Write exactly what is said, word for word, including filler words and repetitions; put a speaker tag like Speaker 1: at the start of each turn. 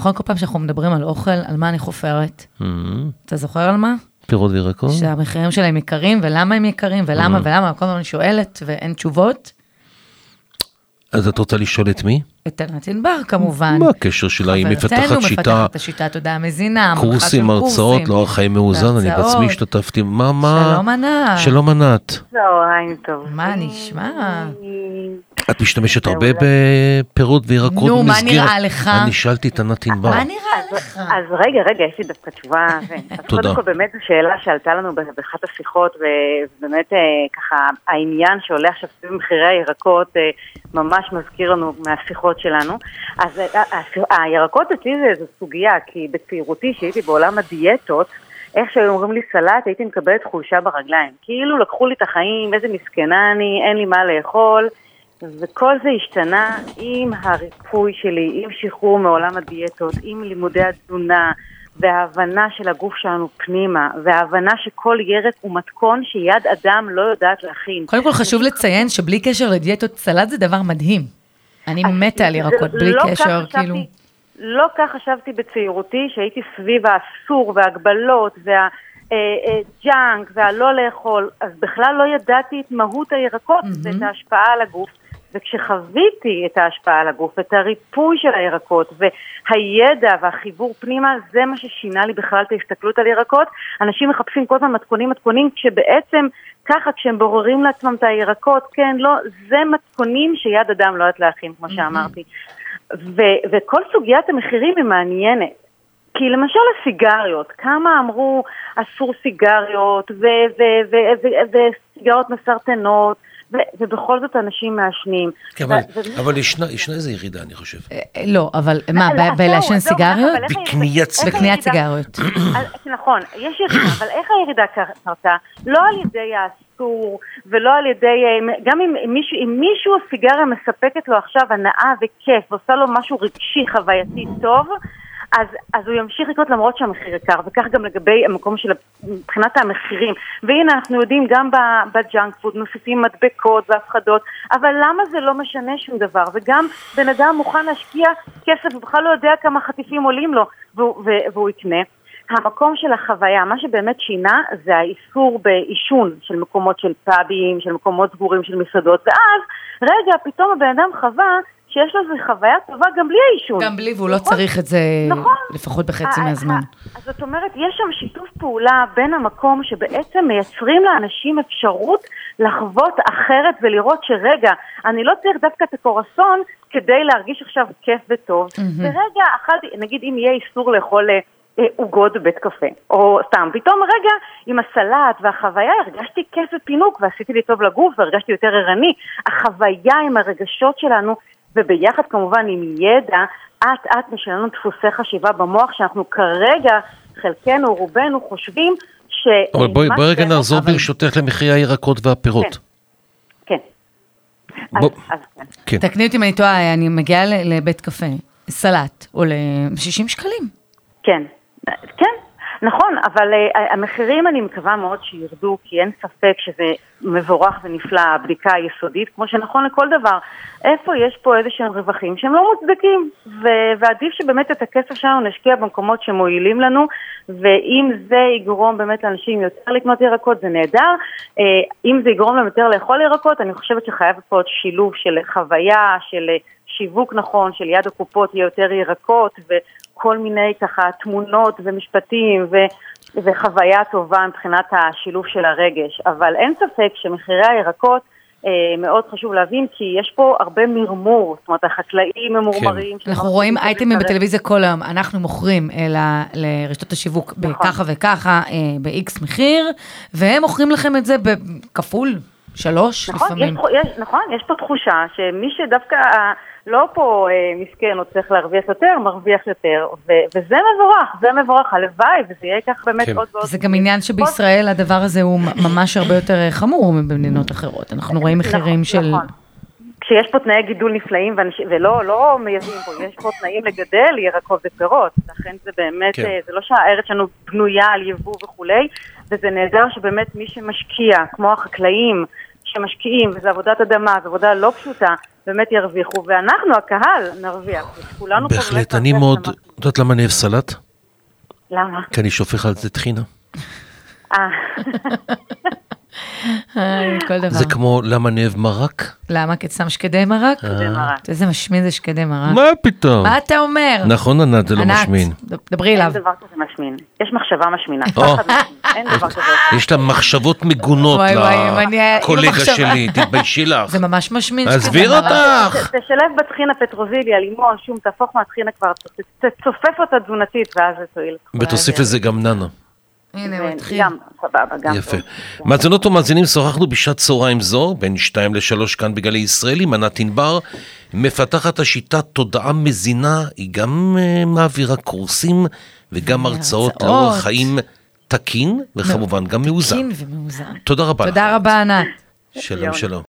Speaker 1: נכון כל פעם שאנחנו מדברים על אוכל, על מה אני חופרת? אתה זוכר על מה?
Speaker 2: פירות וירקות?
Speaker 1: שהמחירים שלהם יקרים, ולמה הם יקרים, ולמה ולמה, כל פעם אני שואלת, ואין תשובות.
Speaker 2: אז את רוצה לשאול את מי?
Speaker 1: את ענת ענבר כמובן.
Speaker 2: מה הקשר שלה? היא מפתחת שיטה.
Speaker 1: מפתחת את השיטה, תודה מזינה.
Speaker 2: קורסים, הרצאות, לא חיים מאוזן, אני בעצמי השתתפתי. מה, מה?
Speaker 1: שלום ענת.
Speaker 2: שלום ענת.
Speaker 3: צהריים טוב.
Speaker 1: מה נשמע?
Speaker 2: את משתמשת הרבה בפירות וירקות?
Speaker 1: נו, מה נראה לך?
Speaker 2: אני שאלתי את ענת ענבר.
Speaker 1: מה נראה לך?
Speaker 3: אז רגע, רגע, יש לי דווקא תשובה.
Speaker 2: תודה.
Speaker 3: קודם כל באמת זו שאלה שעלתה לנו באחת השיחות, ובאמת ככה העניין שעולה עכשיו סביב מחירי הירקות, ממש מזכיר לנו מהשיחות שלנו. אז הירקות אצלי זה סוגיה, כי בצעירותי שהייתי בעולם הדיאטות, איך שהיו אומרים לי סלט, הייתי מקבלת חולשה ברגליים. כאילו לקחו לי את החיים, איזה מסכנה אני, אין לי מה לאכול, וכל זה השתנה עם הריפוי שלי, עם שחרור מעולם הדיאטות, עם לימודי התזונה, וההבנה של הגוף שלנו פנימה, וההבנה שכל ירק הוא מתכון שיד אדם לא יודעת להכין.
Speaker 1: קודם כל חשוב לציין שבלי קשר לדיאטות, סלט זה דבר מדהים. אני מתה על ירקות, בלי קשר, כאילו...
Speaker 3: לא כך חשבתי בצעירותי, שהייתי סביב האסור והגבלות והג'אנק והלא לאכול, אז בכלל לא ידעתי את מהות הירקות ואת ההשפעה על הגוף, וכשחוויתי את ההשפעה על הגוף, את הריפוי של הירקות והידע והחיבור פנימה, זה מה ששינה לי בכלל את ההסתכלות על ירקות. אנשים מחפשים כל הזמן מתכונים, מתכונים, כשבעצם ככה כשהם בוררים לעצמם את הירקות, כן, לא, זה מתכונים שיד אדם לא יודעת להכין, כמו שאמרתי. ו- וכל סוגיית המחירים היא מעניינת, כי למשל הסיגריות, כמה אמרו אסור סיגריות וסיגריות מסרטנות, ו- ובכל זאת אנשים מעשנים.
Speaker 2: כן, אבל, ו- אבל ישנה, ישנה איזה ירידה, אני חושב.
Speaker 1: לא, אבל מה, בלעשן סיגריות?
Speaker 2: בקניית
Speaker 1: בקניית סיגריות.
Speaker 3: נכון, יש ירידה, אבל איך הירידה קרתה? לא על ידי האסור, ולא על ידי, גם אם מישהו, אם מישהו סיגריה מספקת לו עכשיו הנאה וכיף, ועושה לו משהו רגשי, חווייתי טוב, אז, אז הוא ימשיך לקנות למרות שהמחיר יקר, וכך גם לגבי המקום של מבחינת המחירים. והנה אנחנו יודעים גם בג'אנק פוד, מוסיפים מדבקות והפחדות, אבל למה זה לא משנה שום דבר? וגם בן אדם מוכן להשקיע כסף, ובכלל לא יודע כמה חטיפים עולים לו, והוא, והוא יקנה. המקום של החוויה, מה שבאמת שינה זה האיסור באישון של מקומות של פאבים, של מקומות סגורים של מסעדות, ואז רגע פתאום הבן אדם חווה שיש לו איזו חוויה טובה גם בלי האישון.
Speaker 1: גם בלי, והוא לא צריך את זה לפחות בחצי מהזמן.
Speaker 3: אז זאת אומרת, יש שם שיתוף פעולה בין המקום שבעצם מייצרים לאנשים אפשרות לחוות אחרת ולראות שרגע, אני לא צריך דווקא את הקורסון כדי להרגיש עכשיו כיף וטוב. ורגע, אחד, נגיד אם יהיה איסור לאכול עוגות בבית קפה, או סתם, פתאום רגע עם הסלט והחוויה הרגשתי כיף ופינוק ועשיתי לי טוב לגוף והרגשתי יותר ערני. החוויה עם הרגשות שלנו וביחד כמובן עם ידע, עט עט משלנו דפוסי חשיבה במוח שאנחנו כרגע, חלקנו, רובנו, חושבים ש...
Speaker 2: אבל בואי, בואי רגע נעזור ברשותך למחירי הירקות והפירות.
Speaker 3: כן.
Speaker 2: בוא. כן.
Speaker 1: תקני אותי אם אני טועה, אני מגיעה לבית קפה, סלט, או ל-שישים שקלים.
Speaker 3: כן, כן. נכון, אבל uh, המחירים אני מקווה מאוד שירדו, כי אין ספק שזה מבורך ונפלא, הבדיקה היסודית, כמו שנכון לכל דבר. איפה יש פה איזה שהם רווחים שהם לא מוצדקים, ו- ועדיף שבאמת את הכסף שלנו נשקיע במקומות שמועילים לנו, ואם זה יגרום באמת לאנשים יותר לקנות ירקות, זה נהדר. Uh, אם זה יגרום להם יותר לאכול ירקות, אני חושבת שחייב פה עוד שילוב של חוויה, של שיווק נכון, של יד הקופות יהיה יותר ירקות, ו... כל מיני ככה תמונות ומשפטים ו, וחוויה טובה מבחינת השילוב של הרגש. אבל אין ספק שמחירי הירקות אה, מאוד חשוב להבין, כי יש פה הרבה מרמור, זאת אומרת החקלאים ממורמרים.
Speaker 1: כן. אנחנו רואים אייטמים בטלוויזיה כל היום, אנחנו מוכרים אלא לרשתות השיווק נכון. בככה וככה, אה, ב-X מחיר, והם מוכרים לכם את זה בכפול, שלוש
Speaker 3: נכון,
Speaker 1: לפעמים.
Speaker 3: יש, יש, נכון, יש פה תחושה שמי שדווקא... לא פה אה, מסכן, הוא צריך להרוויח יותר, מרוויח יותר, ו- וזה מבורך, זה מבורך, הלוואי, וזה יהיה כך באמת כן. עוד ועוד.
Speaker 1: זה גם עניין שבישראל הדבר הזה הוא ממש הרבה יותר חמור מבמדינות אחרות, אנחנו רואים מחירים של...
Speaker 3: נכון. כשיש פה תנאי גידול נפלאים, ולא לא מייבאים פה, יש פה תנאים לגדל ירקות ופירות, לכן זה באמת, כן. זה לא שהארץ שלנו בנויה על יבוא וכולי, וזה נהדר שבאמת מי שמשקיע, כמו החקלאים, שמשקיעים, וזו עבודת אדמה, זו עבודה לא פשוטה, באמת ירוויחו, ואנחנו, הקהל, נרוויח.
Speaker 2: בהחלט, אני מאוד, יודעת למה אני אוהב סלט?
Speaker 3: למה?
Speaker 2: כי אני שופך על זה טחינה.
Speaker 3: אה.
Speaker 1: כל דבר.
Speaker 2: זה כמו למה אני אוהב מרק?
Speaker 1: למה? כי אתה שם שקדי מרק?
Speaker 3: שקדי מרק.
Speaker 1: איזה משמין זה שקדי מרק.
Speaker 2: מה פתאום?
Speaker 1: מה אתה אומר?
Speaker 2: נכון, ענת, זה לא משמין.
Speaker 1: ענת, דברי אליו.
Speaker 3: אין דבר כזה משמין. יש מחשבה משמינה. אין דבר כזה.
Speaker 2: יש לה מחשבות מגונות לקולגה שלי, תתביישי לך.
Speaker 1: זה ממש משמין.
Speaker 2: עזבי אותך.
Speaker 3: תשלב בטחינה פטרוזיליה, לימון, שום, תהפוך מהטחינה כבר, תצופף אותה תזונתית, ואז זה תועיל.
Speaker 2: ותוסיף לזה גם ננה.
Speaker 1: הנה, הוא התחיל.
Speaker 3: גם, סבבה, גם.
Speaker 2: יפה. מאזינות ומאזינים, שוחחנו בשעת צהריים זו, בין שתיים לשלוש כאן בגלי ישראל, עם ענת ענבר, מפתחת השיטת תודעה מזינה, היא גם uh, מעבירה קורסים, וגם הרצאות לאורח חיים תקין, וכמובן גם מאוזן.
Speaker 1: תקין ומאוזן.
Speaker 2: תודה רבה.
Speaker 1: תודה רבה, ענת.
Speaker 2: שלום, שלום.